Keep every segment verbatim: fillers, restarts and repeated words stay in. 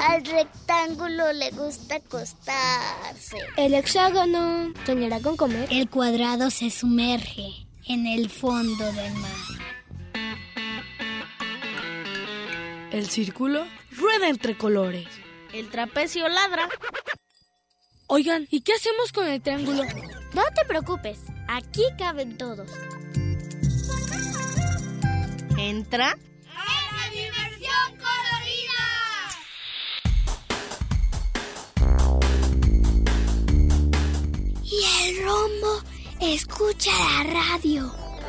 Al rectángulo le gusta acostarse. El hexágono soñará con comer. El cuadrado se sumerge en el fondo del mar. El círculo rueda entre colores. El trapecio ladra. Oigan, ¿y qué hacemos con el triángulo? No te preocupes, aquí caben todos. Entra ¡a la diversión colorida! Y el rombo escucha la radio.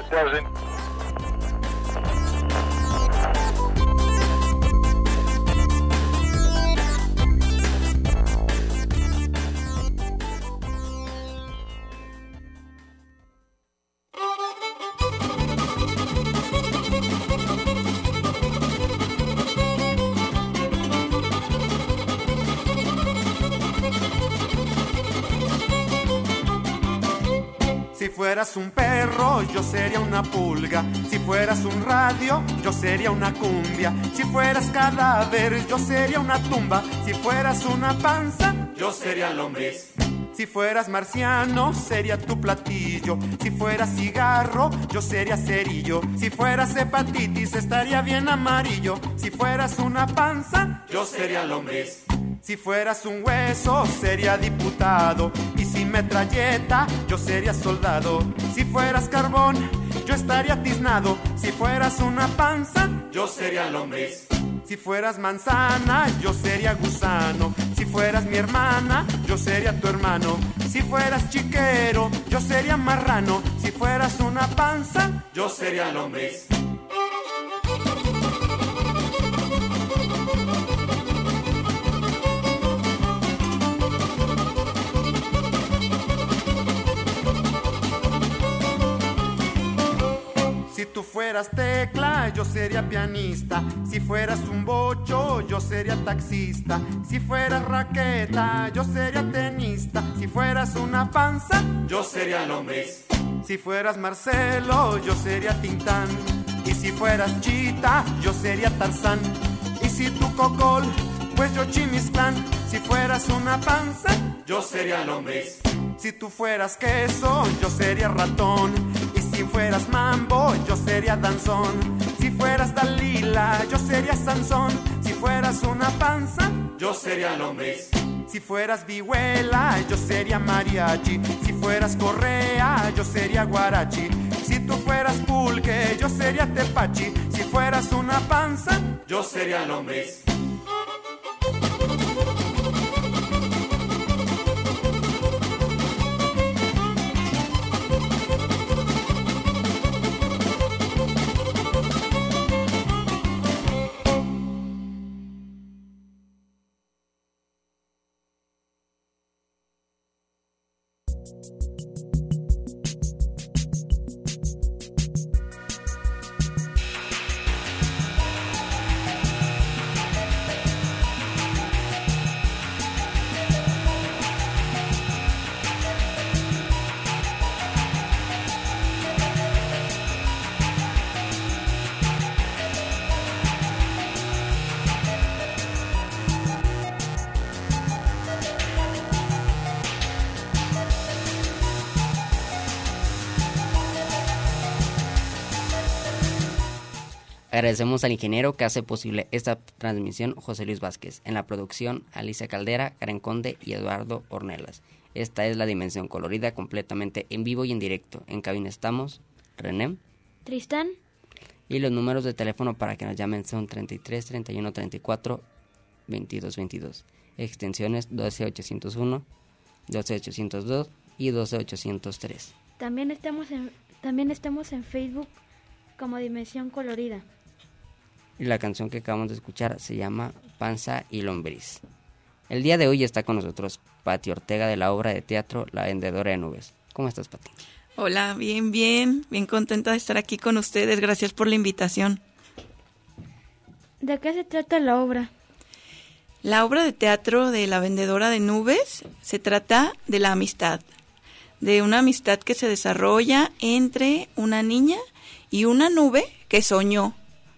Si fueras un perro, yo sería una pulga. Si fueras un radio, yo sería una cumbia. Si fueras cadáver, yo sería una tumba. Si fueras una panza, yo sería lombriz. Si fueras marciano, sería tu platillo. Si fueras cigarro, yo sería cerillo. Si fueras hepatitis, estaría bien amarillo. Si fueras una panza, yo sería lombriz. Si fueras un hueso, sería diputado. Y si metralleta, yo sería soldado. Si fueras carbón, yo estaría tiznado. Si fueras una panza, yo sería lombriz. Si fueras manzana, yo sería gusano. Si fueras mi hermana, yo sería tu hermano. Si fueras chiquero, yo sería marrano. Si fueras una panza, yo sería lombriz. Si tú fueras tecla, yo sería pianista. Si fueras un bocho, yo sería taxista. Si fueras raqueta, yo sería tenista. Si fueras una panza, yo sería lombriz. Si fueras Marcelo, yo sería Tintán. Y si fueras Chita, yo sería Tarzán. Y si tú Cocol, pues yo Chimisclán. Si fueras una panza, yo sería lombriz. Si tú fueras queso, yo sería ratón. Y si fueras mambo, yo sería danzón. Si fueras Dalila, yo sería Sansón. Si fueras una panza, yo sería lombriz. Si fueras vihuela, yo sería mariachi. Si fueras correa, yo sería guarachi. Si tú fueras pulque, yo sería tepachi. Si fueras una panza, yo sería lombriz. Agradecemos al ingeniero que hace posible esta transmisión, José Luis Vázquez. En la producción, Alicia Caldera, Karen Conde y Eduardo Ornelas. Esta es la Dimensión Colorida, completamente en vivo y en directo. En cabina estamos René, Tristán. Y los números de teléfono para que nos llamen son treinta y tres, treinta y uno, treinta y cuatro, veintidós, veintidós. Extensiones doce ochocientos uno, doce ochocientos dos y doce ochocientos tres. También estamos en, también estamos en Facebook como Dimensión Colorida. Y la canción que acabamos de escuchar se llama Panza y Lombriz. El día de hoy está con nosotros Pati Ortega de la obra de teatro La Vendedora de Nubes. ¿Cómo estás, Pati? Hola, bien, bien, bien contenta de estar aquí con ustedes. Gracias por la invitación. ¿De qué se trata la obra? La obra de teatro de La Vendedora de Nubes se trata de la amistad, de una amistad que se desarrolla entre una niña y una nube que soñó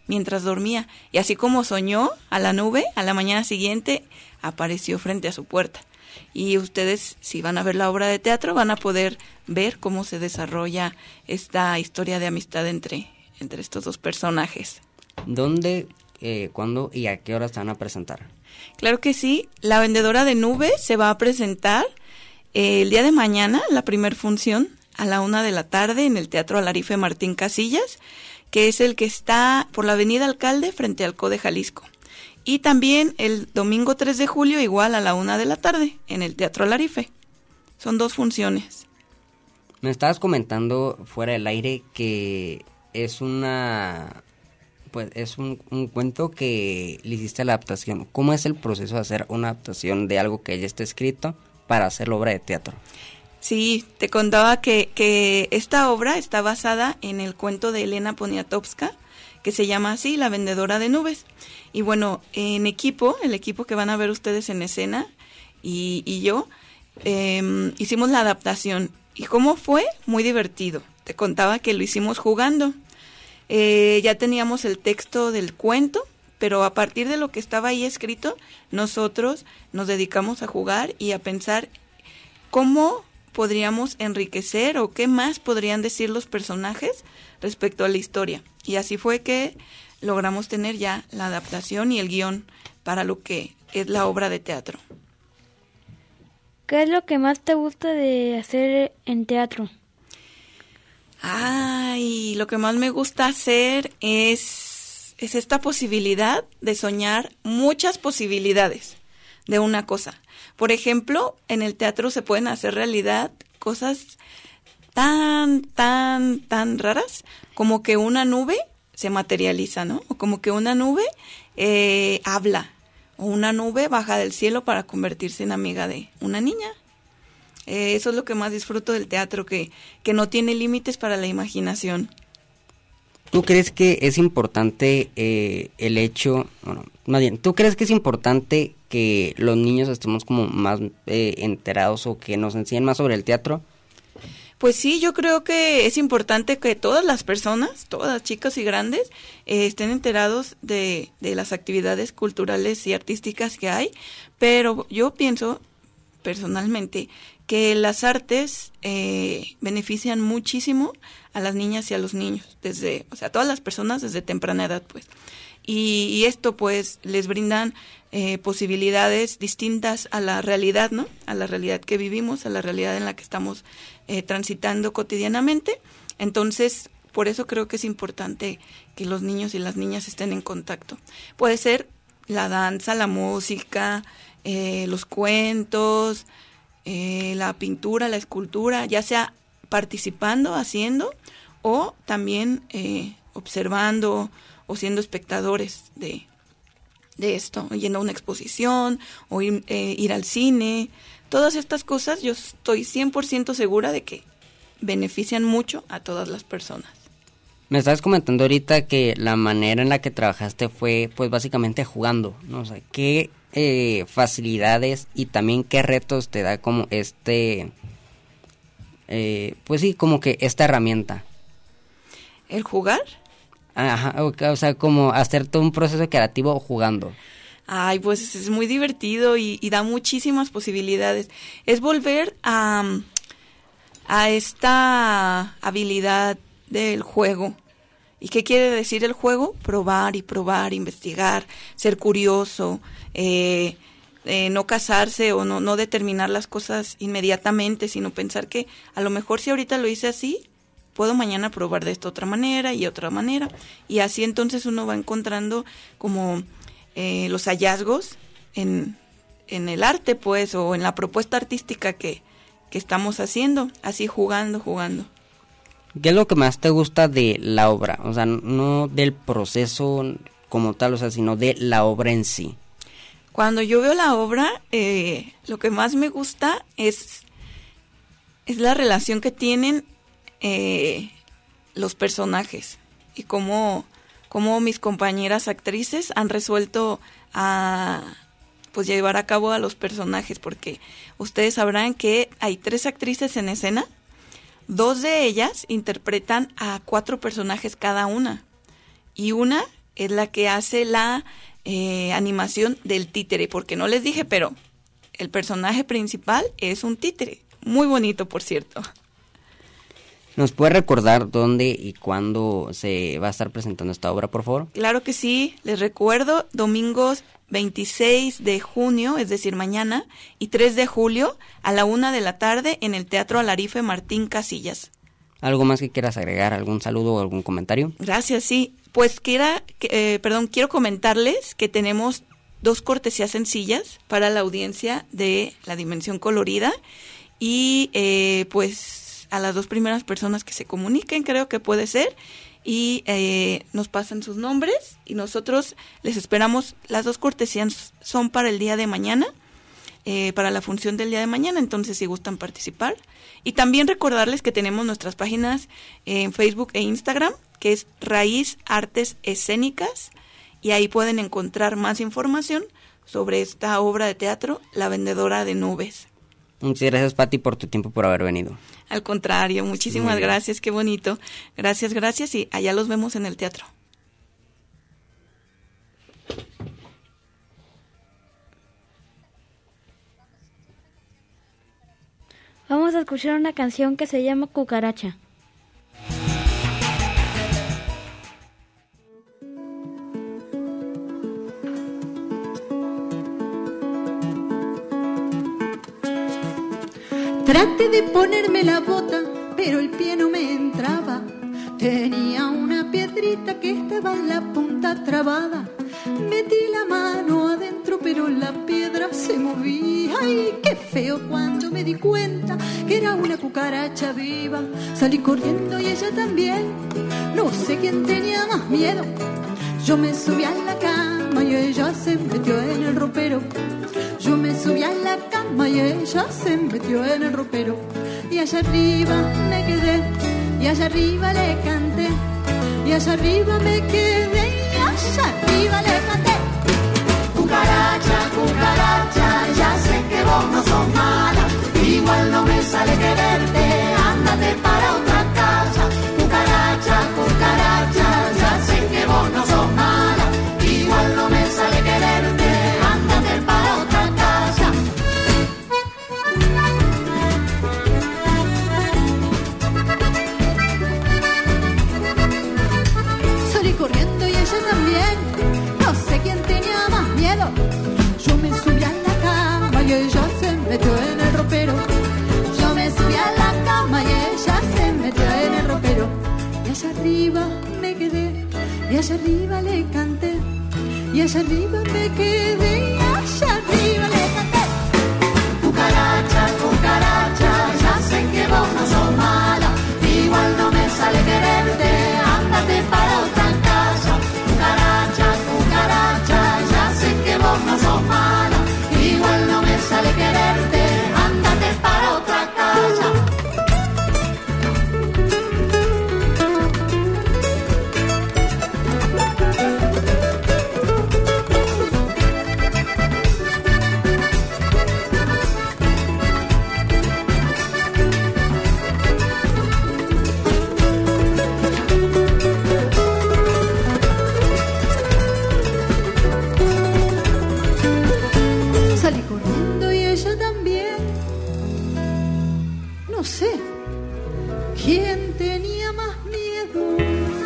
mientras dormía. Y así como soñó a la nube, a la mañana siguiente apareció frente a su puerta. Y ustedes, si van a ver la obra de teatro, van a poder ver cómo se desarrolla esta historia de amistad entre, entre estos dos personajes. ¿Dónde, eh, cuándo y a qué hora se van a presentar? Claro que sí, La Vendedora de Nubes se va a presentar eh, el día de mañana, la primer función, a la una de la tarde en el Teatro Alarife Martín Casillas, que es el que está por la Avenida Alcalde frente al C O D E Jalisco. Y también el domingo tres de julio, igual a la una de la tarde, en el Teatro Alarife. Son dos funciones. Me estabas comentando fuera del aire que es una... pues es un, un cuento que le hiciste a la adaptación. ¿Cómo es el proceso de hacer una adaptación de algo que ya está escrito para hacer la obra de teatro? Sí, te contaba que, que esta obra está basada en el cuento de Elena Poniatowska, que se llama así, La Vendedora de Nubes. Y bueno, en equipo, el equipo que van a ver ustedes en escena y, y yo, eh, hicimos la adaptación. ¿Y cómo fue? Muy divertido. Te contaba que lo hicimos jugando. Eh, ya teníamos el texto del cuento, pero a partir de lo que estaba ahí escrito, nosotros nos dedicamos a jugar y a pensar cómo podríamos enriquecer o qué más podrían decir los personajes respecto a la historia. Y así fue que logramos tener ya la adaptación y el guión para lo que es la obra de teatro. ¿Qué es lo que más te gusta de hacer en teatro? Ay, lo que más me gusta hacer es, es esta posibilidad de soñar muchas posibilidades de una cosa. Por ejemplo, en el teatro se pueden hacer realidad cosas tan, tan, tan raras como que una nube se materializa, ¿no? O como que una nube eh, habla, o una nube baja del cielo para convertirse en amiga de una niña. Eh, eso es lo que más disfruto del teatro, que, que no tiene límites para la imaginación. ¿Tú crees que es importante eh, el hecho, bueno, más bien, ¿tú crees que es importante que los niños estemos como más eh, enterados o que nos enseñen más sobre el teatro? Pues sí, yo creo que es importante que todas las personas, todas chicos y grandes, eh, estén enterados de, de las actividades culturales y artísticas que hay, pero yo pienso personalmente que las artes eh, benefician muchísimo a las niñas y a los niños, desde, o sea, a todas las personas desde temprana edad, pues. Y, y esto, pues, les brindan eh, posibilidades distintas a la realidad, ¿no? A la realidad que vivimos, a la realidad en la que estamos eh, transitando cotidianamente. Entonces, por eso creo que es importante que los niños y las niñas estén en contacto. Puede ser la danza, la música, eh, los cuentos, eh, la pintura, la escultura, ya sea participando, haciendo, o también eh, observando o siendo espectadores de, de esto, yendo a una exposición o ir, eh, ir al cine. Todas estas cosas yo estoy cien por ciento segura de que benefician mucho a todas las personas. Me estabas comentando ahorita que la manera en la que trabajaste fue pues básicamente jugando, ¿no? O sea, ¿qué eh, facilidades y también qué retos te da como este, eh, pues sí, como que esta herramienta? ¿El jugar? Ajá, o sea, como hacer todo un proceso creativo jugando. Ay, pues es muy divertido y, y da muchísimas posibilidades. Es volver a, a esta habilidad del juego. ¿Y qué quiere decir el juego? Probar y probar, investigar, ser curioso, eh, eh, no casarse o no, no determinar las cosas inmediatamente, sino pensar que a lo mejor si ahorita lo hice así, puedo mañana probar de esta otra manera y otra manera. Y así entonces uno va encontrando como eh, los hallazgos en, en el arte, pues, o en la propuesta artística que, que estamos haciendo, así jugando, jugando. ¿Qué es lo que más te gusta de la obra? O sea, no del proceso como tal, o sea, sino de la obra en sí. Cuando yo veo la obra, eh, lo que más me gusta es, es la relación que tienen Eh, los personajes y cómo, cómo mis compañeras actrices han resuelto a pues llevar a cabo a los personajes, porque ustedes sabrán que hay tres actrices en escena, dos de ellas interpretan a cuatro personajes cada una y una es la que hace la eh, animación del títere, porque no les dije, pero el personaje principal es un títere. Muy bonito, por cierto. ¿Nos puede recordar dónde y cuándo se va a estar presentando esta obra, por favor? Claro que sí. Les recuerdo, domingos veintiséis de junio, es decir, mañana, y tres de julio, a la una de la tarde, en el Teatro Alarife Martín Casillas. ¿Algo más que quieras agregar? ¿Algún saludo o algún comentario? Gracias, sí. Pues quiera, eh, perdón, quiero comentarles que tenemos dos cortesías sencillas para la audiencia de La Dimensión Colorida y eh, pues a las dos primeras personas que se comuniquen, creo que puede ser, y eh, nos pasan sus nombres y nosotros les esperamos. Las dos cortesías son para el día de mañana, eh, para la función del día de mañana, entonces si gustan participar. Y también recordarles que tenemos nuestras páginas en Facebook e Instagram, que es Raíz Artes Escénicas, y ahí pueden encontrar más información sobre esta obra de teatro, La Vendedora de Nubes. Muchas gracias, Pati, por tu tiempo, por haber venido. Al contrario, muchísimas gracias, qué bonito. Gracias, gracias, y allá los vemos en el teatro. Vamos a escuchar una canción que se llama Cucaracha. Traté de ponerme la bota, pero el pie no me entraba. Tenía una piedrita que estaba en la punta trabada. Metí la mano adentro, pero la piedra se movía. ¡Ay, qué feo! Cuando me di cuenta que era una cucaracha viva, salí corriendo y ella también. No sé quién tenía más miedo. Yo me subí a la cama y ella se metió en el ropero. Yo me subí a la cama y ella se metió en el ropero. Y allá arriba me quedé, y allá arriba le canté, y allá arriba me quedé, y allá arriba le canté. Cucaracha, cucaracha, ya sé que vos no sos mala, igual no me sale quererte, ándate para otra casa. Cucaracha, cucaracha, ya sé que vos no sos mala, igual no me sale quererte, ándate para otra casa. Salí corriendo y ella también, no sé quién tenía más miedo. Yo me subí a la cama y ella se metió en el ropero. Yo me subí a la cama y ella se metió en el ropero. Y allá arriba me quedé, y allá arriba le canté, y allá arriba me quedé, y allá arriba le canté. Cucaracha, cucaracha, ya sé que vos no sos mala, igual no me sale quererte, ándate para otra casa. Cucaracha, cucaracha, ya sé que vos no sos mala, igual no me sale quererte, ándate para otra casa. Salí corriendo y ella también. No sé quién tenía más miedo.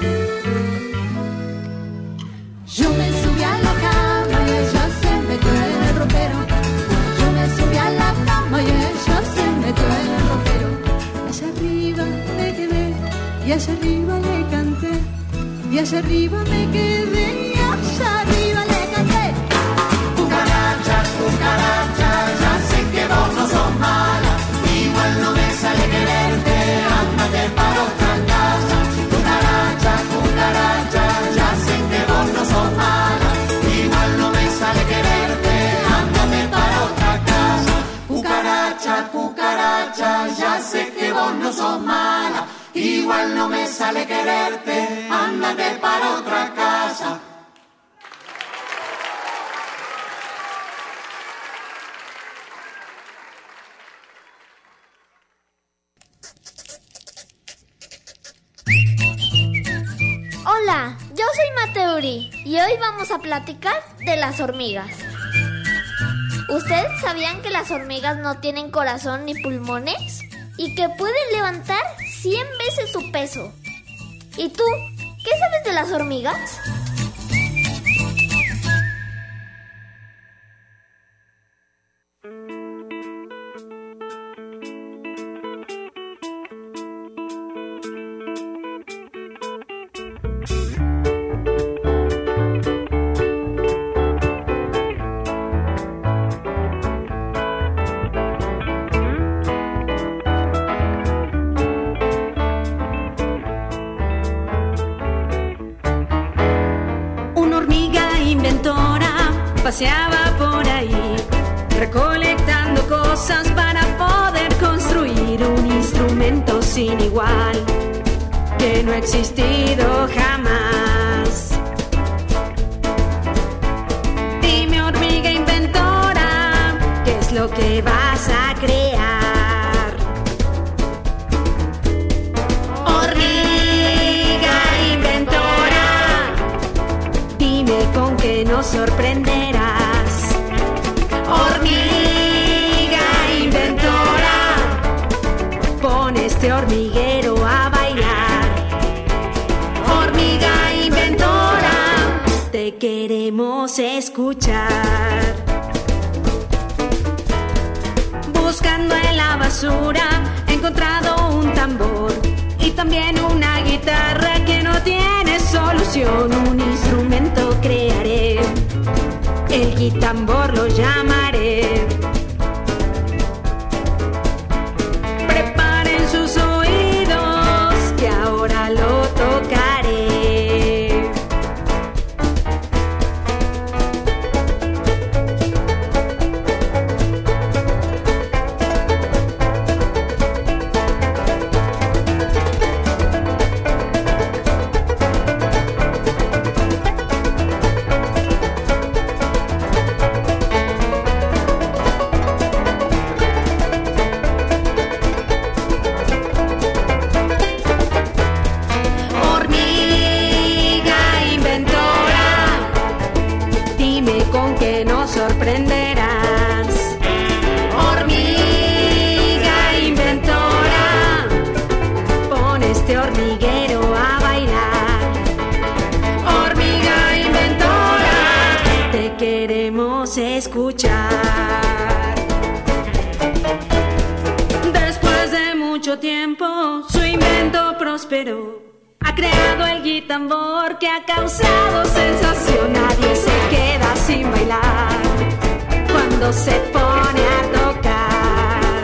Yo me subí a la cama y ella se metió en el ropero. Yo me subí a la cama y ella se metió en el ropero. Y allá arriba me quedé, y allá arriba le canté, y allá arriba me quedé, y allá arriba le canté. Cucaracha, cucaracha, ya sé que vos no sos mala, igual no me sale quererte, ándate para otra casa. Cucaracha, cucaracha, ya sé que vos no sos mala, igual no me sale quererte, ándate para otra casa. Cucaracha, cucaracha, ya sé que vos no sos mala, igual no me sale quererte, ándate para otra casa. Hola, yo soy Mateuri y hoy vamos a platicar de las hormigas. ¿Ustedes sabían que las hormigas no tienen corazón ni pulmones? Y que pueden levantar cien veces su peso. ¿Y tú? ¿Qué sabes de las hormigas? Paseaba por ahí, recolectando cosas para poder construir un instrumento sin igual, que no ha existido jamás. Dime, hormiga inventora, ¿qué es lo que vas a crear? Hormiga inventora, dime con qué nos sorprenderás. Hormiga inventora, pon este hormiguero a bailar. Hormiga inventora, te queremos escuchar. Buscando en la basura, he encontrado un tambor y también una guitarra que no tiene solución. Un instrumento crearé, el guitambor lo llamaré. Preparen sus oídos, que ahora lo tocaré. Sorprenderás. Hormiga inventora, pon este hormiguero a bailar. Hormiga inventora, te queremos escuchar. Después de mucho tiempo, su invento prosperó. Ha creado el guitambor que ha causado sensación. Nadie se queda sin bailar cuando se pone a tocar.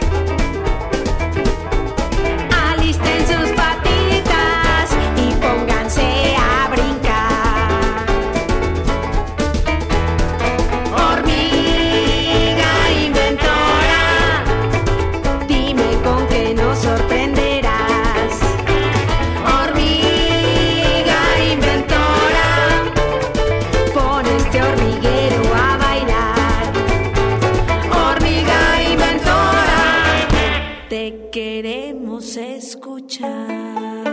Alisten sus patitas y pónganse a brincar. Hormiga inventora, dime con qué nos sorprenderás. Hormiga inventora, pon este hormiguero a bailar. Hormiga inventora, te queremos escuchar.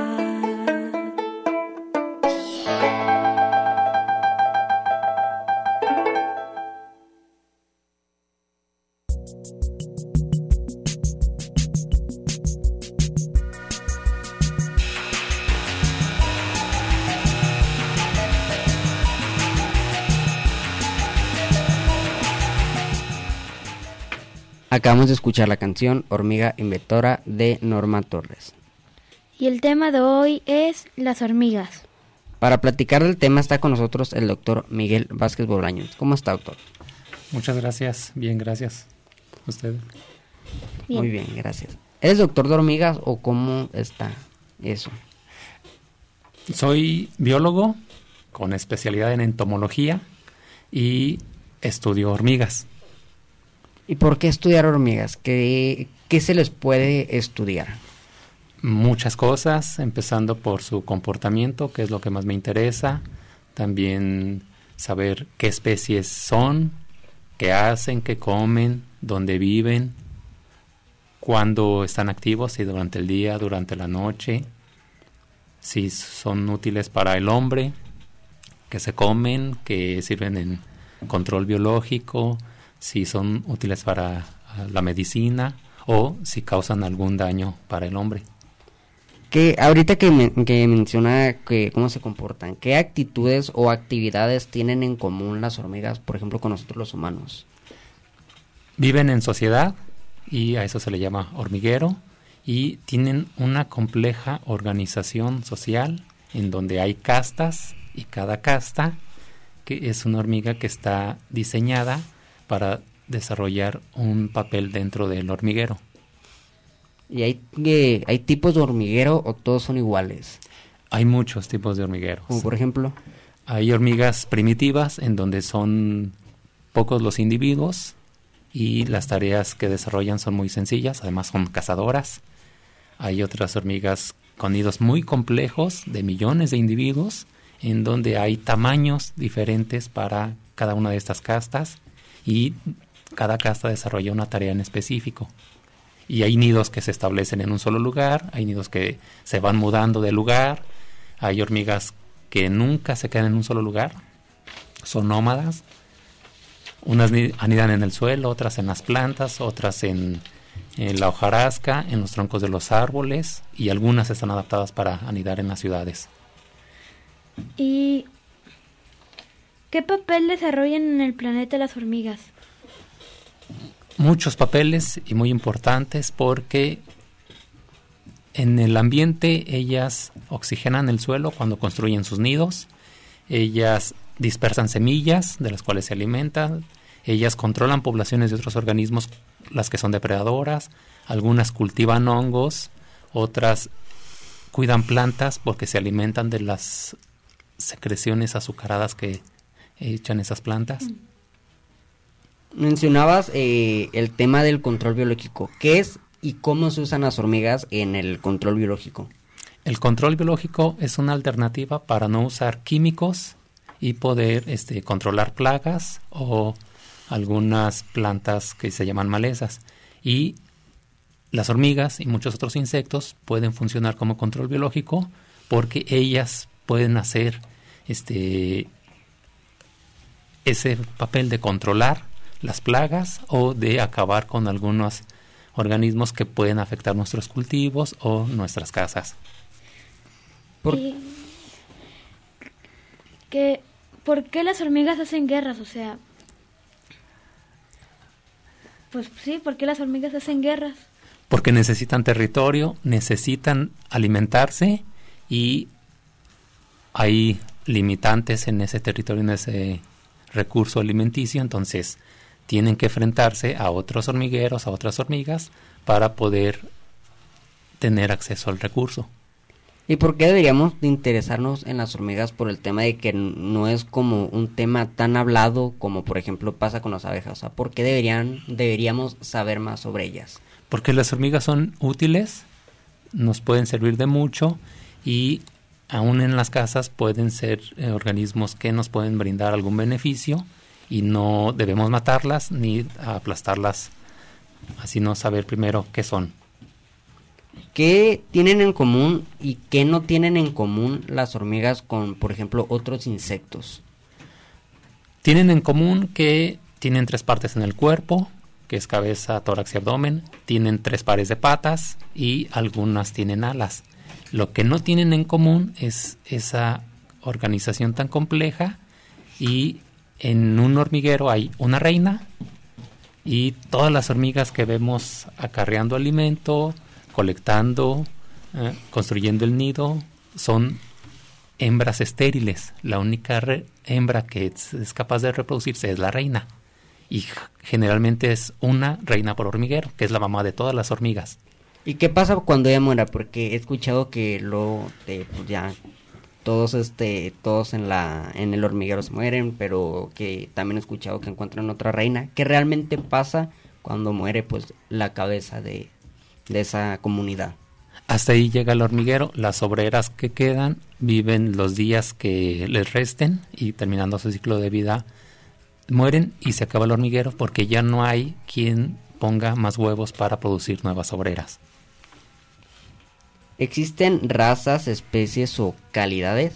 Acabamos de escuchar la canción Hormiga Inventora de Norma Torres. Y el tema de hoy es las hormigas. Para platicar del tema está con nosotros el doctor Miguel Vázquez Bolaños. ¿Cómo está, doctor? Muchas gracias, bien, gracias. ¿Usted? Bien. Muy bien, gracias. ¿Eres doctor de hormigas o cómo está eso? Soy biólogo con especialidad en entomología y estudio hormigas. ¿Y por qué estudiar hormigas? ¿Qué, qué se les puede estudiar? Muchas cosas, empezando por su comportamiento, que es lo que más me interesa. También saber qué especies son, qué hacen, qué comen, dónde viven, cuándo están activos, si durante el día, durante la noche. si son útiles para el hombre, que se comen, que sirven en control biológico, si son útiles para la medicina o si causan algún daño para el hombre. Que ahorita que, me, que menciona que cómo se comportan, ¿qué actitudes o actividades tienen en común las hormigas, por ejemplo, con nosotros los humanos? Viven en sociedad y a eso se le llama hormiguero y tienen una compleja organización social en donde hay castas y cada casta que es una hormiga que está diseñada para desarrollar un papel dentro del hormiguero. ¿Y hay, eh, hay tipos de hormiguero o todos son iguales? Hay muchos tipos de hormigueros. ¿Como por ejemplo? Hay hormigas primitivas en donde son pocos los individuos y las tareas que desarrollan son muy sencillas, además son cazadoras. Hay otras hormigas con nidos muy complejos de millones de individuos en donde hay tamaños diferentes para cada una de estas castas y cada casta desarrolla una tarea en específico. Y hay nidos que se establecen en un solo lugar, hay nidos que se van mudando de lugar, hay hormigas que nunca se quedan en un solo lugar, son nómadas. Unas anidan en el suelo, otras en las plantas, otras en, en la hojarasca, en los troncos de los árboles y algunas están adaptadas para anidar en las ciudades. ¿Y qué papel desarrollan en el planeta las hormigas? Muchos papeles y muy importantes porque en el ambiente ellas oxigenan el suelo cuando construyen sus nidos, ellas dispersan semillas de las cuales se alimentan, ellas controlan poblaciones de otros organismos, las que son depredadoras, algunas cultivan hongos, otras cuidan plantas porque se alimentan de las secreciones azucaradas que echan esas plantas. Mm. Mencionabas eh, el tema del control biológico. ¿Qué es y cómo se usan las hormigas en el control biológico? El control biológico es una alternativa para no usar químicos y poder este, controlar plagas o algunas plantas que se llaman malezas. Y las hormigas y muchos otros insectos pueden funcionar como control biológico porque ellas pueden hacer este, ese papel de controlar las plagas o de acabar con algunos organismos que pueden afectar nuestros cultivos o nuestras casas. ¿Por, y que, ¿por qué las hormigas hacen guerras? O sea, pues sí, ¿por qué las hormigas hacen guerras? Porque necesitan territorio, necesitan alimentarse y hay limitantes en ese territorio, en ese recurso alimenticio, entonces tienen que enfrentarse a otros hormigueros, a otras hormigas, para poder tener acceso al recurso. ¿Y por qué deberíamos de interesarnos en las hormigas? Por el tema de que no es como un tema tan hablado como por ejemplo pasa con las abejas. O sea, ¿por qué deberían, deberíamos saber más sobre ellas? Porque las hormigas son útiles, nos pueden servir de mucho y aún en las casas pueden ser eh, organismos que nos pueden brindar algún beneficio y no debemos matarlas ni aplastarlas, así no saber primero qué son. ¿Qué tienen en común y qué no tienen en común las hormigas con, por ejemplo, otros insectos? Tienen en común que tienen tres partes en el cuerpo, que es cabeza, tórax y abdomen, tienen tres pares de patas y algunas tienen alas. Lo que no tienen en común es esa organización tan compleja y en un hormiguero hay una reina y todas las hormigas que vemos acarreando alimento, colectando, eh, construyendo el nido, son hembras estériles. La única re- hembra que es, es capaz de reproducirse es la reina. Y generalmente es una reina por hormiguero, que es la mamá de todas las hormigas. ¿Y qué pasa cuando ella muera? Porque he escuchado que luego eh, pues ya todos este todos en la en el hormiguero se mueren, pero que también he escuchado que encuentran otra reina. ¿Qué realmente pasa cuando muere pues la cabeza de, de esa comunidad? Hasta ahí llega el hormiguero. Las obreras que quedan viven los días que les resten y terminando su ciclo de vida mueren y se acaba el hormiguero porque ya no hay quien ponga más huevos para producir nuevas obreras. ¿Existen razas, especies o calidades?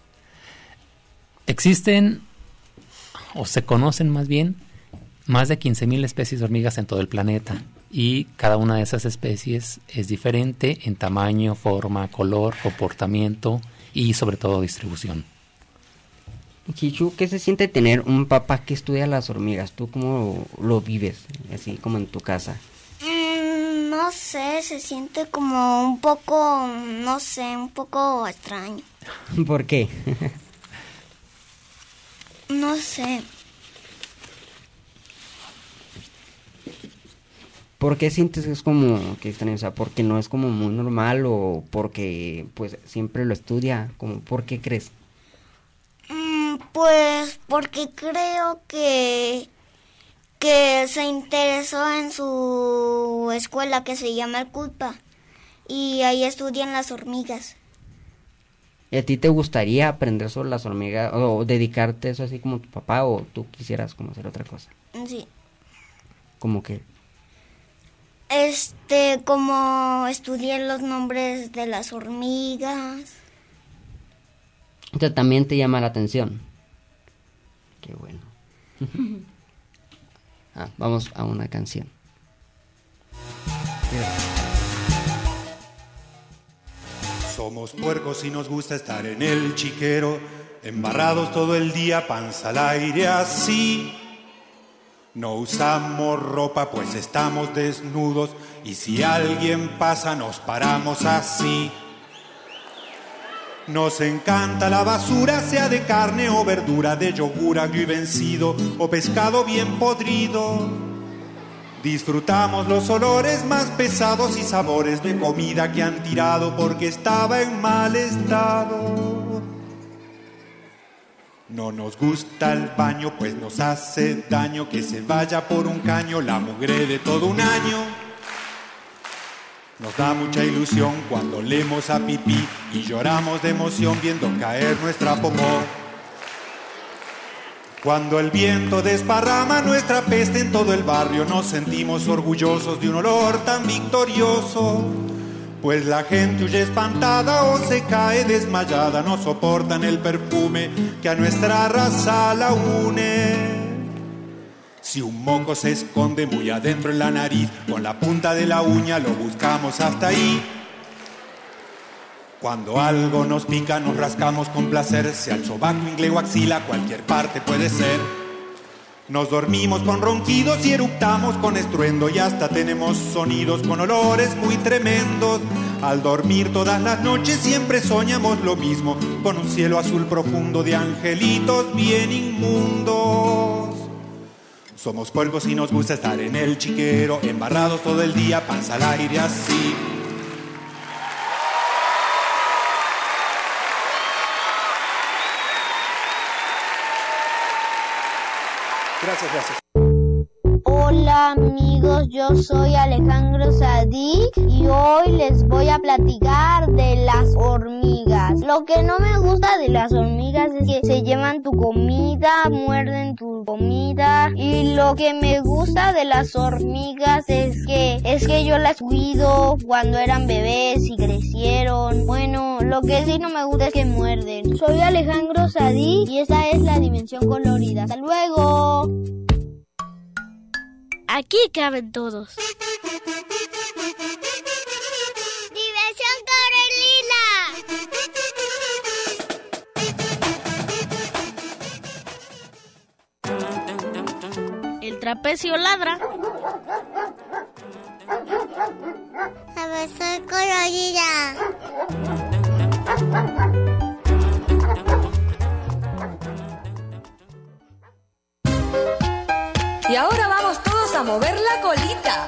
Existen, o se conocen más bien, más de quince mil especies de hormigas en todo el planeta. Y cada una de esas especies es diferente en tamaño, forma, color, comportamiento y sobre todo distribución. Chichu, ¿qué se siente tener un papá que estudia las hormigas? ¿Tú cómo lo vives, así como en tu casa? Mm, no sé, se siente como un poco, no sé, un poco extraño. ¿Por qué? No sé. ¿Por qué sientes que es como que extraño? O sea, ¿porque no es como muy normal o porque pues siempre lo estudia? Como, ¿por qué crees? Mm, pues porque creo que que se interesó en su escuela que se llama El Culpa y ahí estudian las hormigas. ¿Y a ti te gustaría aprender sobre las hormigas o dedicarte a eso así como tu papá o tú quisieras como hacer otra cosa? Sí. ¿Cómo qué? Este, como estudiar los nombres de las hormigas. O sea, también te llama la atención. Qué bueno. Ah, vamos a una canción. Somos puercos y nos gusta estar en el chiquero, embarrados todo el día, panza al aire así. No usamos ropa pues estamos desnudos y si alguien pasa nos paramos así. Nos encanta la basura, sea de carne o verdura, de yogur agrio y vencido o pescado bien podrido. Disfrutamos los olores más pesados y sabores de comida que han tirado porque estaba en mal estado. No nos gusta el baño pues nos hace daño que se vaya por un caño la mugre de todo un año. Nos da mucha ilusión cuando leemos a pipí y lloramos de emoción viendo caer nuestra popó. Cuando el viento desparrama nuestra peste en todo el barrio, nos sentimos orgullosos de un olor tan victorioso. Pues la gente huye espantada o se cae desmayada, no soportan el perfume que a nuestra raza la une. Si un moco se esconde muy adentro en la nariz, con la punta de la uña lo buscamos hasta ahí. Cuando algo nos pica nos rascamos con placer, sea el sobaco, ingle o axila, cualquier parte puede ser. Nos dormimos con ronquidos y eructamos con estruendo y hasta tenemos sonidos con olores muy tremendos. Al dormir todas las noches siempre soñamos lo mismo, con un cielo azul profundo de angelitos bien inmundos. Somos puercos y nos gusta estar en el chiquero, embarrados todo el día, panza al aire así. Gracias, gracias. Hola amigos, yo soy Alejandro Sadik y hoy les voy a platicar de las hormigas. Lo que no me gusta de las hormigas es que se llevan tu comida, muerden tu comida, y lo que me gusta de las hormigas es que es que yo las cuido cuando eran bebés y crecieron. Bueno, lo que sí no me gusta es que muerden. Soy Alejandro Sadik y esa es la dimensión colorida. ¡Hasta luego! Aquí caben todos. ¡Diversión Corelina! El trapecio ladra. A ver, soy colorida. Y ahora vamos todos a mover la colita.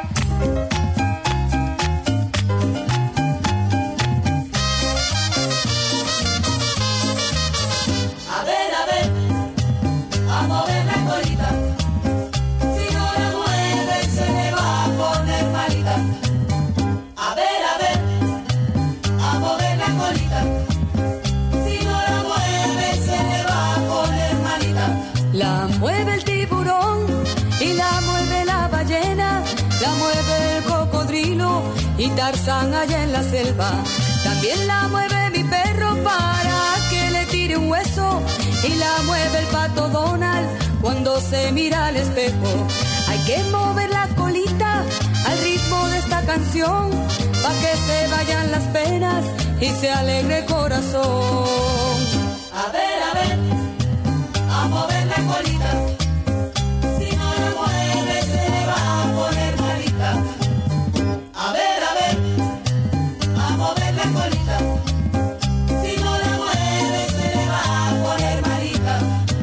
A ver, a ver, a mover la colita. Si no la mueve se me va a poner malita. A ver, a ver, a mover la colita. Si no la mueve se me va a poner malita. La mueve el tiburón y la mueve la ballena, la mueve el cocodrilo y Tarzán allá en la selva. También la mueve mi perro para que le tire un hueso, y la mueve el pato Donald cuando se mira al espejo. Hay que mover la colita al ritmo de esta canción, pa' que se vayan las penas y se alegre el corazón. A ver, a ver, a mover la colita. Si no la mueve se le va a poner malita. A ver, a ver, a mover la colita. Si no la mueve se le va a poner malita.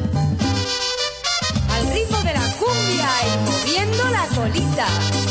Al ritmo de la cumbia y moviendo la colita.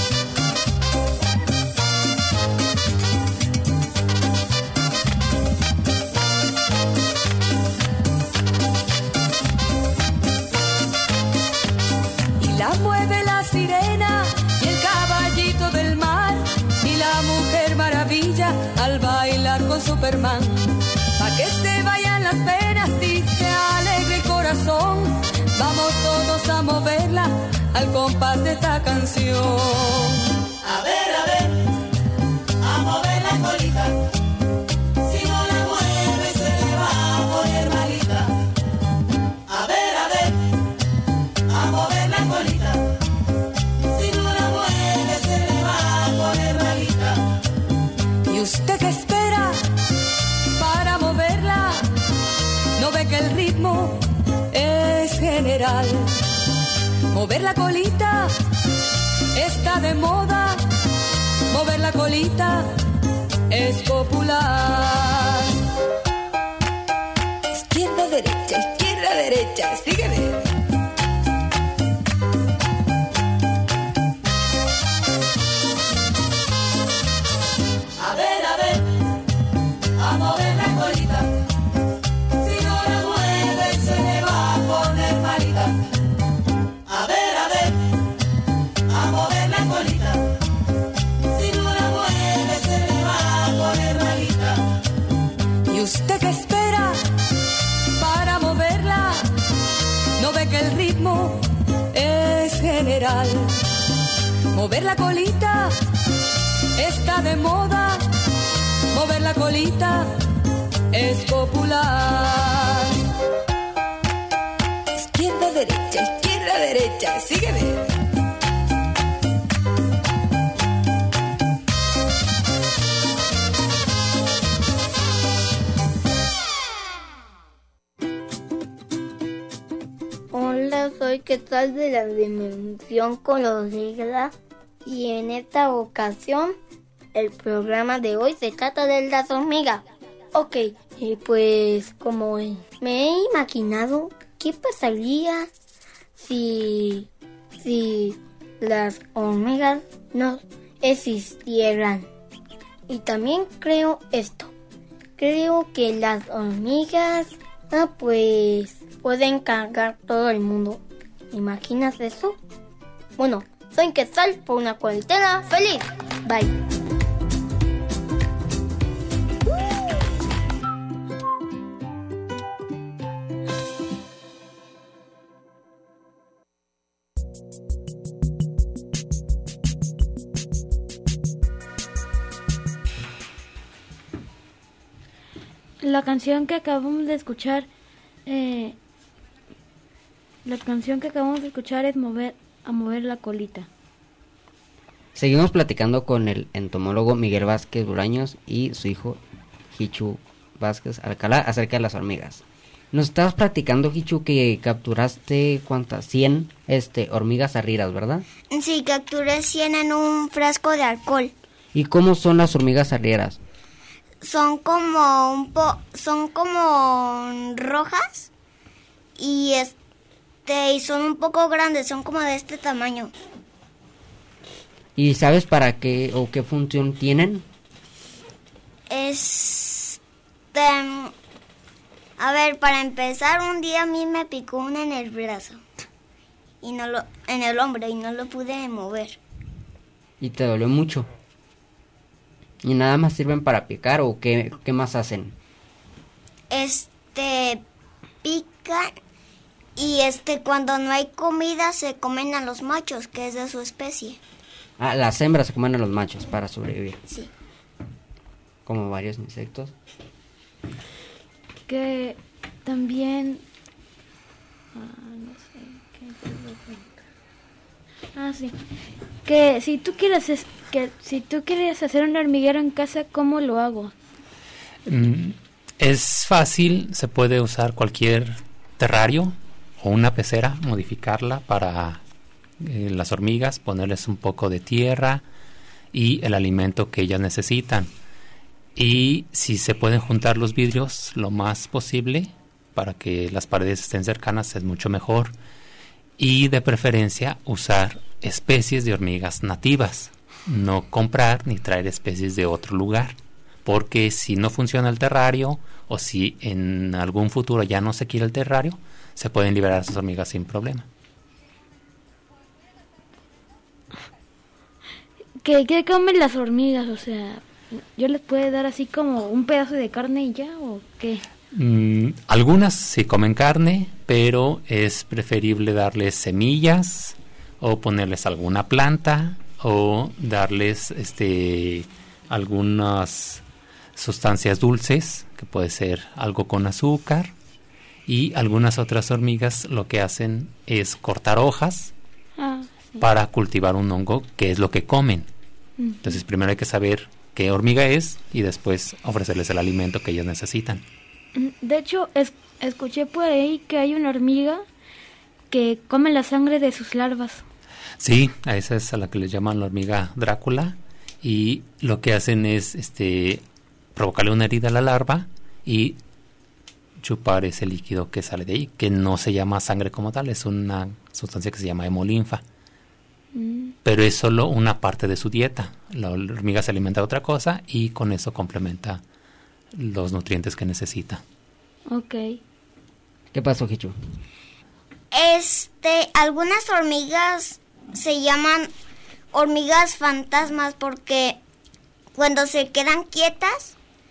La mueve la sirena y el caballito del mar, y la mujer maravilla al bailar con Superman. Pa' que se vayan las penas y se alegre el corazón, vamos todos a moverla al compás de esta canción. A ver, a ver, a mover la colita. Si no la mueve se le va a poner malita. A ver, a ver, a mover la colita. Si no la mueve se le va a poner malita. ¿Y usted qué espera para moverla? ¿No ve que el ritmo es general? Mover la colita está de moda, mover la colita es popular. Izquierda, derecha, izquierda, derecha, sígueme. A ver, a ver, a mover la colita. Si no la mueve se le va a poner malita. A ver, a ver, a mover la colita. Si no la mueve se le va a poner malita. ¿Y usted qué espera para moverla? ¿No ve que el ritmo es general? Mover la colita está de moda, mover la colita es popular. Izquierda, derecha, izquierda, derecha, sígueme. Hola, soy Quetzal de la Dimensión Colorida y en esta ocasión el programa de hoy se trata de las hormigas. Ok, eh, pues como me he imaginado qué pasaría si, si las hormigas no existieran. Y también creo esto, creo que las hormigas, ah, pues pueden cargar todo el mundo. ¿Imaginas eso? Bueno, soy Quetzal por una cuarentena feliz. Bye. La canción que acabamos de escuchar, eh, la canción que acabamos de escuchar es mover a mover la colita. Seguimos platicando con el entomólogo Miguel Vázquez Bolaños y su hijo Hichu Vázquez Alcalá acerca de las hormigas. Nos estabas platicando, Hichu, que capturaste ¿cuántas? cien este, hormigas arrieras, ¿verdad? Sí, capturé cien en un frasco de alcohol. ¿Y cómo son las hormigas arrieras? Son como un po, son como rojas y este y son un poco grandes, son como de este tamaño. ¿Y sabes para qué o qué función tienen? Este, a ver, para empezar, un día a mí me picó una en el brazo y no lo, en el hombro y no lo pude mover. ¿Y te dolió mucho? ¿Y nada más sirven para picar o qué, qué más hacen? Este, pican y este cuando no hay comida se comen a los machos, que es de su especie. Ah, las hembras se comen a los machos para sobrevivir. Sí. Como varios insectos. Que también... Ah, no sé, ¿qué puedo preguntar? Ah, sí. Que si tú quieres es- que si tú quieres hacer un hormiguero en casa, ¿cómo lo hago? Mm, Es fácil, se puede usar cualquier terrario o una pecera, modificarla para eh, las hormigas, ponerles un poco de tierra y el alimento que ellas necesitan. Y si se pueden juntar los vidrios lo más posible para que las paredes estén cercanas es mucho mejor. Y de preferencia usar especies de hormigas nativas, no comprar ni traer especies de otro lugar. Porque si no funciona el terrario o si en algún futuro ya no se quiere el terrario, se pueden liberar esas hormigas sin problema. ¿Qué, qué comen las hormigas? O sea, ¿yo les puedo dar así como un pedazo de carne y ya o qué? Mm, algunas sí comen carne, pero es preferible darles semillas o ponerles alguna planta o darles este algunas sustancias dulces, que puede ser algo con azúcar, y algunas otras hormigas lo que hacen es cortar hojas Ah, sí. para cultivar un hongo, que es lo que comen. Ujú. Entonces primero hay que saber qué hormiga es y después ofrecerles el alimento que ellas necesitan. De hecho, es- escuché por ahí que hay una hormiga que come la sangre de sus larvas. Sí, a esa es a la que le llaman la hormiga Drácula, y lo que hacen es este provocarle una herida a la larva y chupar ese líquido que sale de ahí, que no se llama sangre como tal, es una sustancia que se llama hemolinfa, Mm, pero es solo una parte de su dieta. La hormiga se alimenta de otra cosa y con eso complementa los nutrientes que necesita. ok. ¿Qué pasó, Hichu? Este, algunas hormigas se llaman hormigas fantasmas porque cuando se quedan quietas,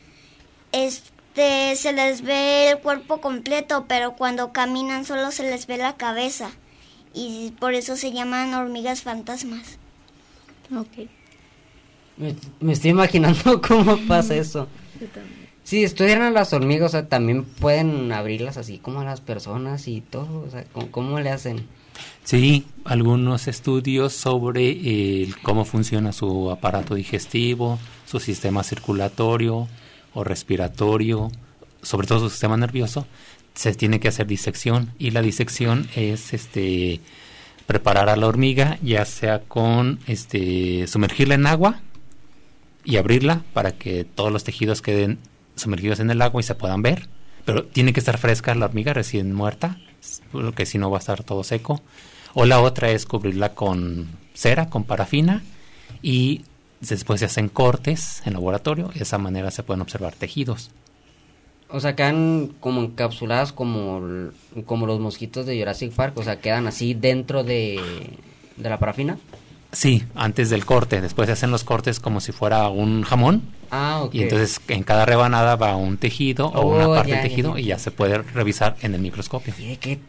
este, se les ve el cuerpo completo, pero cuando caminan solo se les ve la cabeza y por eso se llaman hormigas fantasmas. Ok. Me, me estoy imaginando cómo pasa eso. Yo también. Si estudian a las hormigas, o sea, también pueden abrirlas así como a las personas y todo, o sea, ¿cómo, cómo le hacen? Sí, algunos estudios sobre eh, cómo funciona su aparato digestivo, su sistema circulatorio o respiratorio, sobre todo su sistema nervioso, se tiene que hacer disección, y la disección es este preparar a la hormiga, ya sea con este sumergirla en agua y abrirla para que todos los tejidos queden sumergidos en el agua y se puedan ver, pero tiene que estar fresca la hormiga recién muerta, porque si no va a estar todo seco. O la otra es cubrirla con cera, con parafina, y después se hacen cortes en laboratorio, y de esa manera se pueden observar tejidos. O sea, quedan como encapsuladas como, l- como los mosquitos de Jurassic Park, o sea, quedan así dentro de, de la parafina. Sí, antes del corte, después se hacen los cortes como si fuera un jamón. Ah, ok. Y entonces en cada rebanada va un tejido o Oh, una parte ya, del ya, tejido ya. y ya se puede revisar en el microscopio. ¿Y de qué?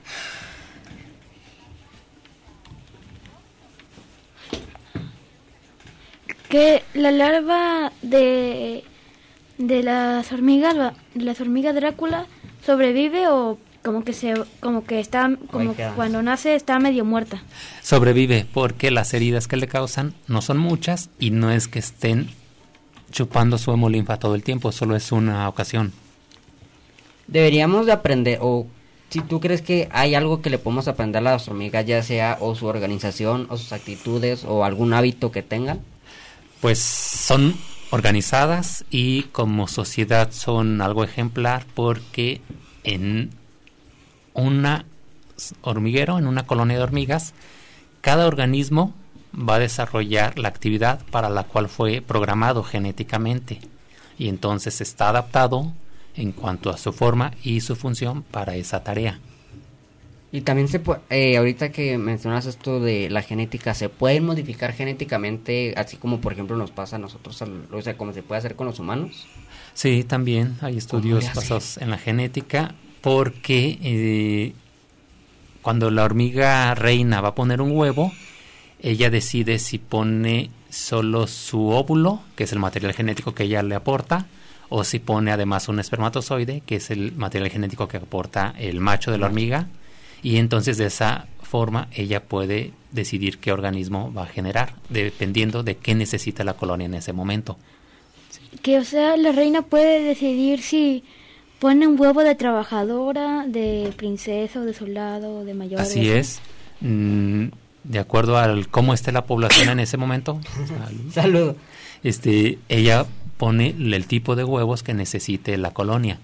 Que la larva de de las hormigas va- de las hormigas Drácula sobrevive o como que se como que está como queda. cuando nace está medio muerta. Sobrevive porque las heridas que le causan no son muchas y no es que estén chupando su hemolinfa todo el tiempo, solo es una ocasión. Deberíamos de aprender, o si tú crees que hay algo que le podemos aprender a las hormigas, ya sea o su organización, o sus actitudes, o algún hábito que tengan. Pues son organizadas y como sociedad son algo ejemplar porque en una hormiguero, en una colonia de hormigas, cada organismo va a desarrollar la actividad para la cual fue programado genéticamente y entonces está adaptado en cuanto a su forma y su función para esa tarea. Y también se puede, eh, ahorita que mencionas esto de la genética, ¿se pueden modificar genéticamente, así como por ejemplo nos pasa a nosotros, al- o sea, como se puede hacer con los humanos? Sí, también hay estudios le hace? basados en la genética porque eh, cuando la hormiga reina va a poner un huevo, ella decide si pone solo su óvulo, que es el material genético que ella le aporta, o si pone además un espermatozoide, que es el material genético que aporta el macho de la hormiga, y entonces de esa forma ella puede decidir qué organismo va a generar, dependiendo de qué necesita la colonia en ese momento. Que, o sea, la reina puede decidir si pone un huevo de trabajadora, de princesa o de soldado o de mayor. Así es. Mm, de acuerdo al cómo esté la población en ese momento. Salud. Salud. Este, ella pone el tipo de huevos que necesite la colonia.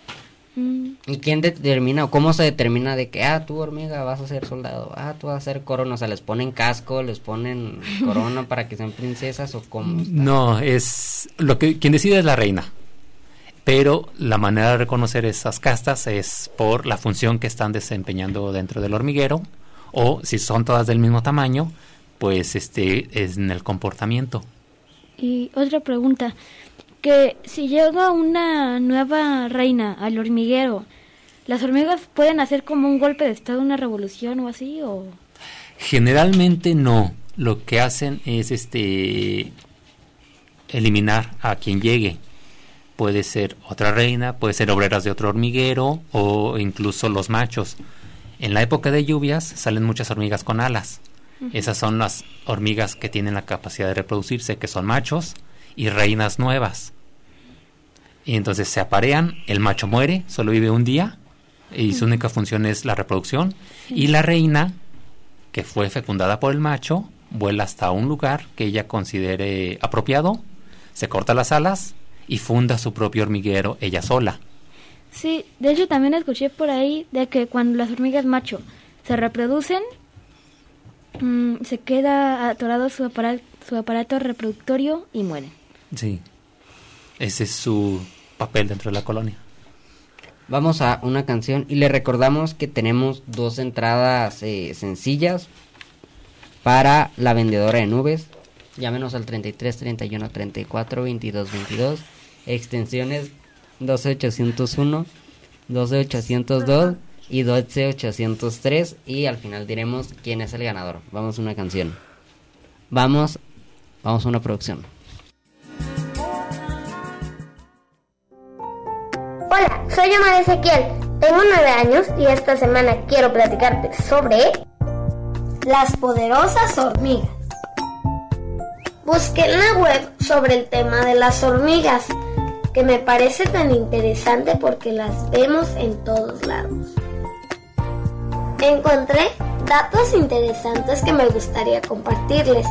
¿Y quién determina o cómo se determina de que, ah, tú hormiga vas a ser soldado, ah, tú vas a ser corona? O sea, ¿les ponen casco, les ponen corona para que sean princesas o cómo está? No, es lo que quien decide es la reina. Pero la manera de reconocer esas castas es por la función que están desempeñando dentro del hormiguero, o si son todas del mismo tamaño, pues este es en el comportamiento. Y otra pregunta, que si llega una nueva reina al hormiguero, ¿las hormigas pueden hacer como un golpe de estado, una revolución o así? O generalmente no. Lo que hacen es este eliminar a quien llegue. Puede ser otra reina, puede ser obreras de otro hormiguero o incluso los machos. En la época de lluvias salen muchas hormigas con alas. Uh-huh. Esas son las hormigas que tienen la capacidad de reproducirse, que son machos y reinas nuevas. Y entonces se aparean, el macho muere, solo vive un día y uh-huh. su única función es la reproducción. Uh-huh. Y la reina, que fue fecundada por el macho, vuela hasta un lugar que ella considere apropiado, se corta las alas y funda su propio hormiguero ella sola. Sí, de hecho también escuché por ahí de que cuando las hormigas macho se reproducen, mmm, se queda atorado su aparato, su aparato reproductorio y mueren. Sí, ese es su papel dentro de la colonia. Vamos a una canción y le recordamos que tenemos dos entradas eh, sencillas para la vendedora de nubes. Llámenos al treinta y tres, treinta y uno, treinta y cuatro, veintidós, veintidós, extensiones doce ochocientos uno, doce ochocientos dos y doce ochocientos tres, y al final diremos quién es el ganador. Vamos a una canción. Vamos, vamos a una producción. Hola, soy Omar Ezequiel, tengo nueve años y esta semana quiero platicarte sobre las poderosas hormigas. Busqué en la web sobre el tema de las hormigas, que me parece tan interesante porque las vemos en todos lados. Encontré datos interesantes que me gustaría compartirles.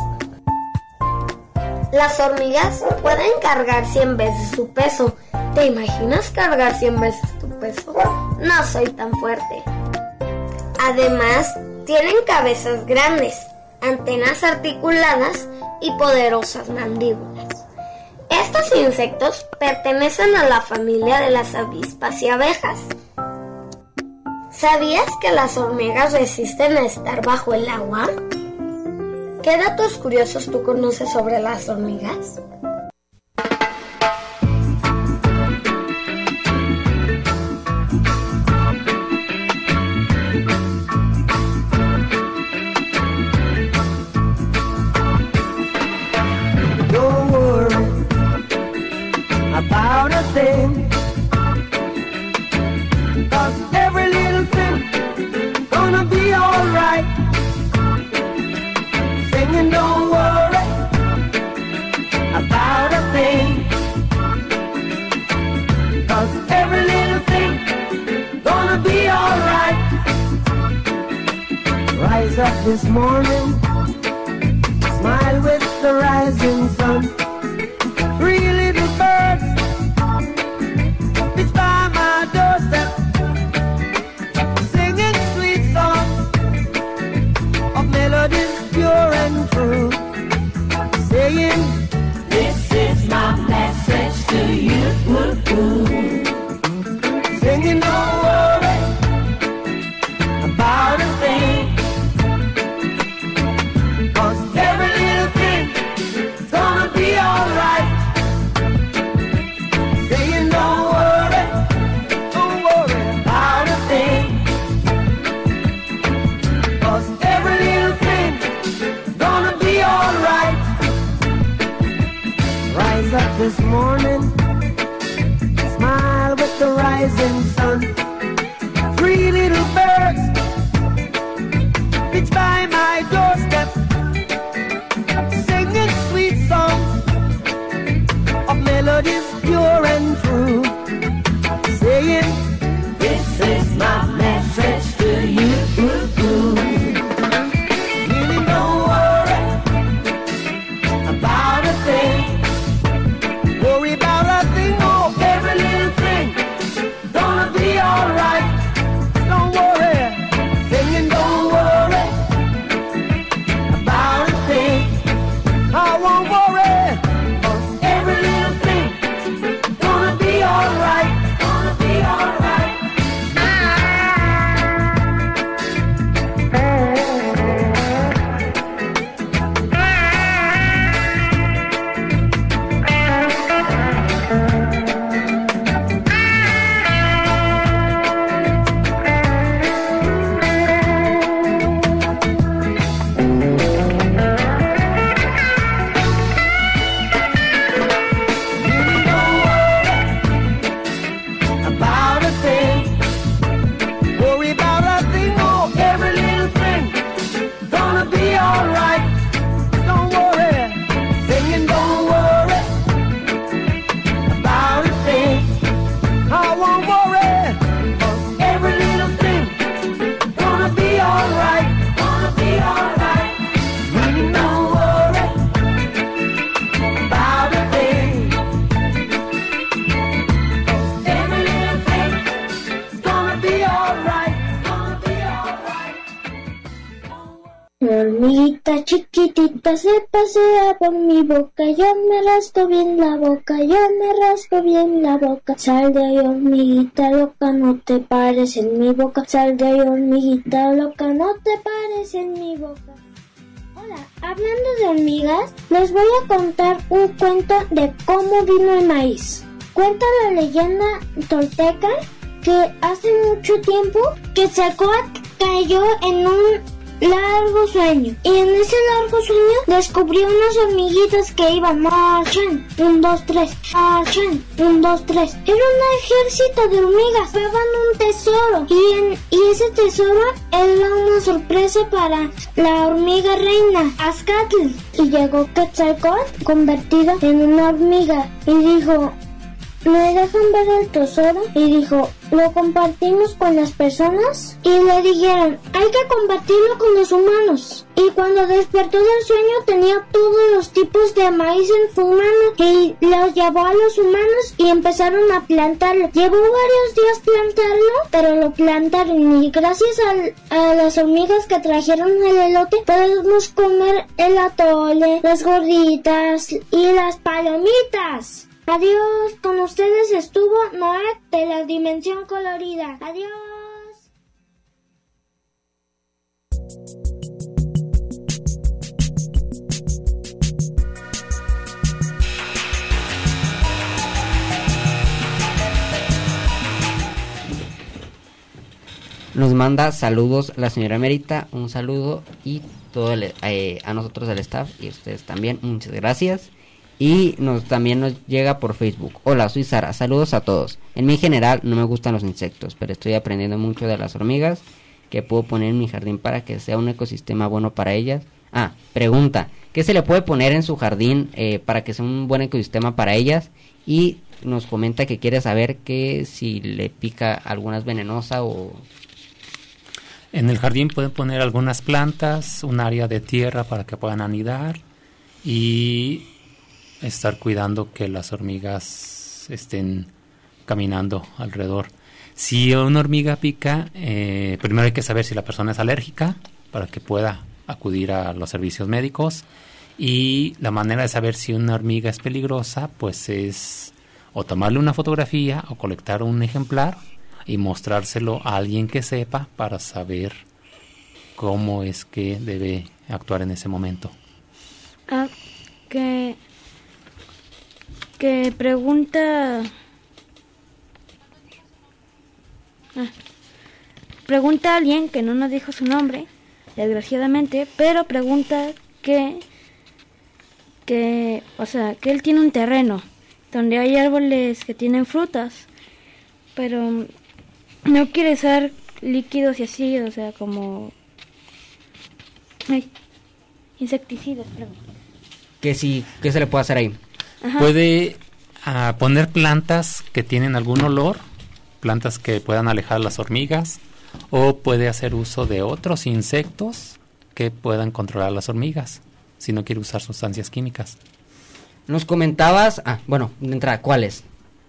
Las hormigas pueden cargar cien veces su peso. ¿Te imaginas cargar cien veces tu peso? No soy tan fuerte. Además, tienen cabezas grandes, antenas articuladas y poderosas mandíbulas. Estos insectos pertenecen a la familia de las avispas y abejas. ¿Sabías que las hormigas resisten a estar bajo el agua? ¿Qué datos curiosos tú conoces sobre las hormigas? About a thing, 'cause every little thing gonna be alright. Singing, don't worry about a thing, 'cause every little thing gonna be alright. Rise up this morning, smile with the rising sun. Three little birds, it's by my doorstep, singing sweet songs of melodies pure and true, saying, this is my message to you. Singing, don't worry about a thing, 'cause every little thing is gonna be alright. Gonna this morning, smile with the rising sun. Three little birds pitch by my doorstep, singing sweet songs of melodies pure and true, saying, this is my message to you. Meaning don't worry about a thing, worry about a thing, oh, every little thing gonna be alright. Don't worry, singing don't worry about a thing. I won't worry, 'cause every little thing gonna be alright, gonna be alright. About a thing, worry about a thing, oh, every little thing gonna be alright. Don't worry, singing don't worry about a thing. I won't worry, 'cause every little thing gonna be alright, gonna be alright. Meaning don't worry about a thing. Every little thing is gonna be alright, gonna be alright. La hormiguita chiquitita se pasea por mi boca, yo me rasco bien la boca, yo me rasco bien la boca. Sal de ahí, hormiguita loca, no te pares en mi boca. Sal de ahí, hormiguita loca, no te pares en mi boca. Hola, hablando de hormigas, les voy a contar un cuento de cómo vino el maíz. Cuenta la leyenda tolteca que hace mucho tiempo que Quetzalcóatl cayó en un largo sueño, y en ese largo sueño descubrió unas hormiguitas que iban marchan, un, dos, tres, marchan, un, dos, tres. Era un ejército de hormigas, llevaban un tesoro, y, en, y ese tesoro era una sorpresa para la hormiga reina, Azcatl. Y llegó Quetzalcóatl convertido en una hormiga y dijo, ¿me dejan ver el tesoro? Y dijo, ¿lo compartimos con las personas? Y le dijeron, hay que compartirlo con los humanos. Y cuando despertó del sueño tenía todos los tipos de maíz en su mano y los llevó a los humanos y empezaron a plantarlo. Llevó varios días plantarlo, pero lo plantaron, y gracias al, a las hormigas que trajeron el elote podemos comer el atole, las gorditas y las palomitas. Adiós, con ustedes estuvo Noé de la Dimensión Colorida. Adiós. Nos manda saludos la señora Mérita, un saludo, y todo el, eh, a nosotros el staff y ustedes también, muchas gracias. Y nos también nos llega por Facebook. Hola, soy Sara, saludos a todos. En mi general no me gustan los insectos, pero estoy aprendiendo mucho de las hormigas que puedo poner en mi jardín para que sea un ecosistema bueno para ellas. Ah, pregunta, ¿qué se le puede poner en su jardín eh, para que sea un buen ecosistema para ellas? Y nos comenta que quiere saber que si le pica alguna venenosa o... En el jardín pueden poner algunas plantas, un área de tierra para que puedan anidar y estar cuidando que las hormigas estén caminando alrededor. Si una hormiga pica, eh, primero hay que saber si la persona es alérgica para que pueda acudir a los servicios médicos, y la manera de saber si una hormiga es peligrosa pues es o tomarle una fotografía o colectar un ejemplar y mostrárselo a alguien que sepa para saber cómo es que debe actuar en ese momento. Ah, que que pregunta ah, pregunta a alguien que no nos dijo su nombre, desgraciadamente, pero pregunta que que, o sea, que él tiene un terreno donde hay árboles que tienen frutas, pero no quiere usar líquidos y así, o sea, como ay, insecticidas, perdón. ¿Qué, sí, ¿Qué se le puede hacer ahí? Ajá. Puede uh, poner plantas que tienen algún olor, plantas que puedan alejar las hormigas, o puede hacer uso de otros insectos que puedan controlar las hormigas, si no quiere usar sustancias químicas. Nos comentabas, ah, bueno, de entrada, ¿cuáles?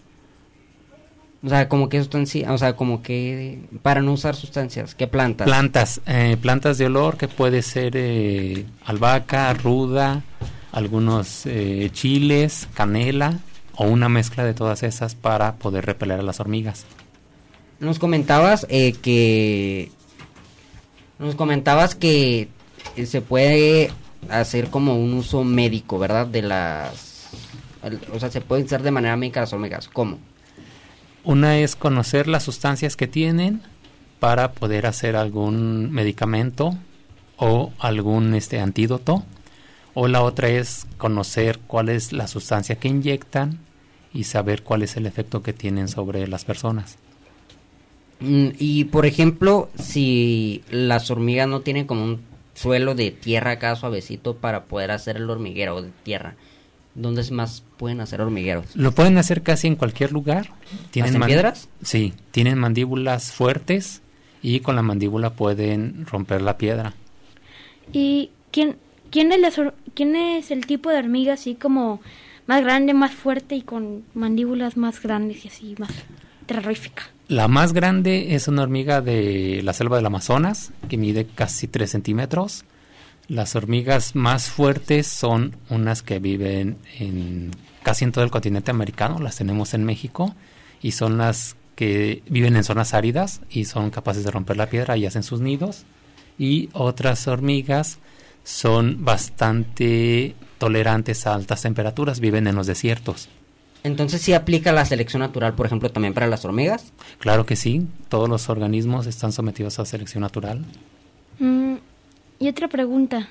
O sea, como que sustancia, o sea, como que para no usar sustancias, ¿qué plantas? Plantas, eh, plantas de olor que puede ser eh, albahaca, ruda, algunos eh, chiles, canela o una mezcla de todas esas para poder repeler a las hormigas. Nos comentabas eh, que nos comentabas que eh, se puede hacer como un uso médico, ¿verdad? De las, o sea, se puede usar de manera médica las hormigas. ¿Cómo? Una es conocer las sustancias que tienen para poder hacer algún medicamento o algún este antídoto, o la otra es conocer cuál es la sustancia que inyectan y saber cuál es el efecto que tienen sobre las personas. Mm, y por ejemplo, si las hormigas no tienen como un suelo de tierra acá suavecito para poder hacer el hormiguero de tierra, ¿dónde más pueden hacer hormigueros? Lo pueden hacer casi en cualquier lugar. ¿Hacen piedras? Sí, tienen mandíbulas fuertes y con la mandíbula pueden romper la piedra. ¿Y quién, quién, es, la, quién es el tipo de hormiga así como más grande, más fuerte y con mandíbulas más grandes y así más terrorífica? La más grande es una hormiga de la selva del Amazonas que mide casi tres centímetros. Las hormigas más fuertes son unas que viven en casi en todo el continente americano, las tenemos en México, y son las que viven en zonas áridas y son capaces de romper la piedra y hacen sus nidos. Y otras hormigas son bastante tolerantes a altas temperaturas, viven en los desiertos. Entonces, ¿sí aplica la selección natural, por ejemplo, también para las hormigas? Claro que sí, todos los organismos están sometidos a selección natural. Mm. Y otra pregunta,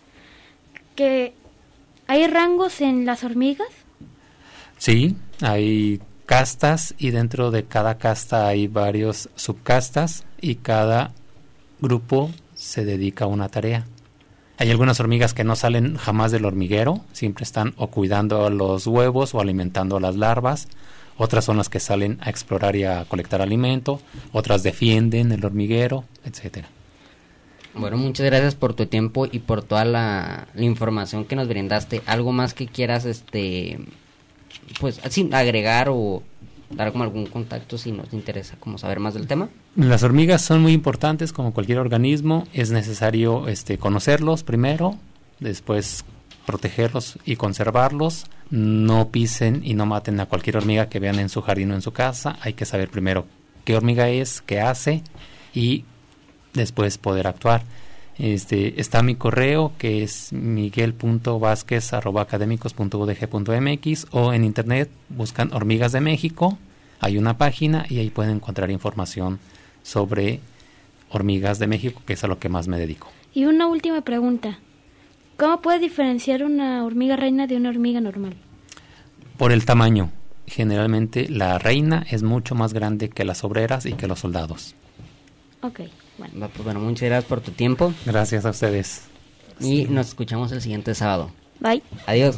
¿que hay rangos en las hormigas? Sí, hay castas y dentro de cada casta hay varios subcastas y cada grupo se dedica a una tarea. Hay algunas hormigas que no salen jamás del hormiguero, siempre están o cuidando los huevos o alimentando a las larvas. Otras son las que salen a explorar y a colectar alimento, otras defienden el hormiguero, etcétera. Bueno, muchas gracias por tu tiempo y por toda la, la información que nos brindaste. ¿Algo más que quieras, este, pues, así, agregar o dar como algún contacto si nos interesa como saber más del tema? Las hormigas son muy importantes como cualquier organismo. Es necesario, este, conocerlos primero, después protegerlos y conservarlos. No pisen y no maten a cualquier hormiga que vean en su jardín o en su casa. Hay que saber primero qué hormiga es, qué hace y después poder actuar. Este, está mi correo que es miguel punto vázquez arroba académicos punto u d g punto m x, o en internet buscan Hormigas de México, hay una página y ahí pueden encontrar información sobre hormigas de México, que es a lo que más me dedico. Y una última pregunta, ¿cómo puedes diferenciar una hormiga reina de una hormiga normal? Por el tamaño. Generalmente la reina es mucho más grande que las obreras y que los soldados. Ok. Bueno. Pues bueno, muchas gracias por tu tiempo. Gracias a ustedes. Y sí, nos escuchamos el siguiente sábado. Bye. Adiós.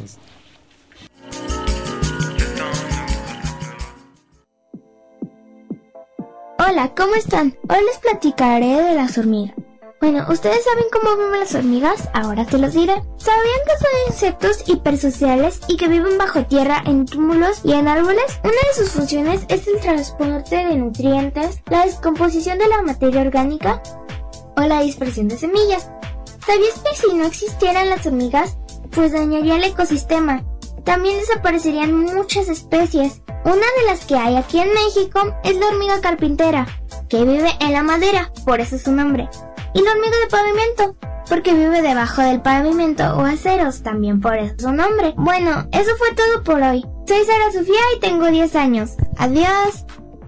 Hola, ¿cómo están? Hoy les platicaré de las hormigas. Bueno, ¿ustedes saben cómo viven las hormigas? Ahora te los diré. ¿Sabían que son insectos hipersociales y que viven bajo tierra, en túmulos y en árboles? Una de sus funciones es el transporte de nutrientes, la descomposición de la materia orgánica o la dispersión de semillas. ¿Sabías que si no existieran las hormigas, pues dañaría el ecosistema? También desaparecerían muchas especies. Una de las que hay aquí en México es la hormiga carpintera, que vive en la madera, por eso su nombre. Y la hormiga de pavimento, porque vive debajo del pavimento o aceros, también por eso su nombre. Bueno, eso fue todo por hoy. Soy Sara Sofía y tengo diez años. Adiós.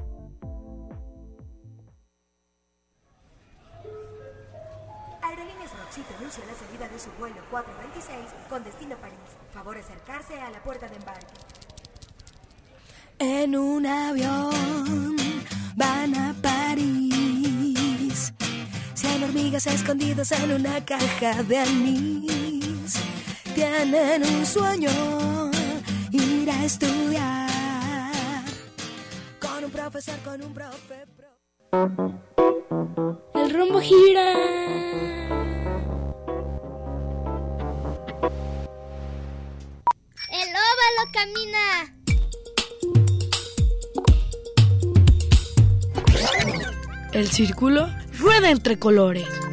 Aerolíneas Roxito anuncia la salida de su vuelo cuatro veintiséis con destino París. Favor acercarse a la puerta de embarque. En un avión van a París. Cien hormigas escondidas en una caja de anís. Tienen un sueño, ir a estudiar con un profesor, con un profe. El rumbo gira. El óvalo camina. El círculo rueda entre colores.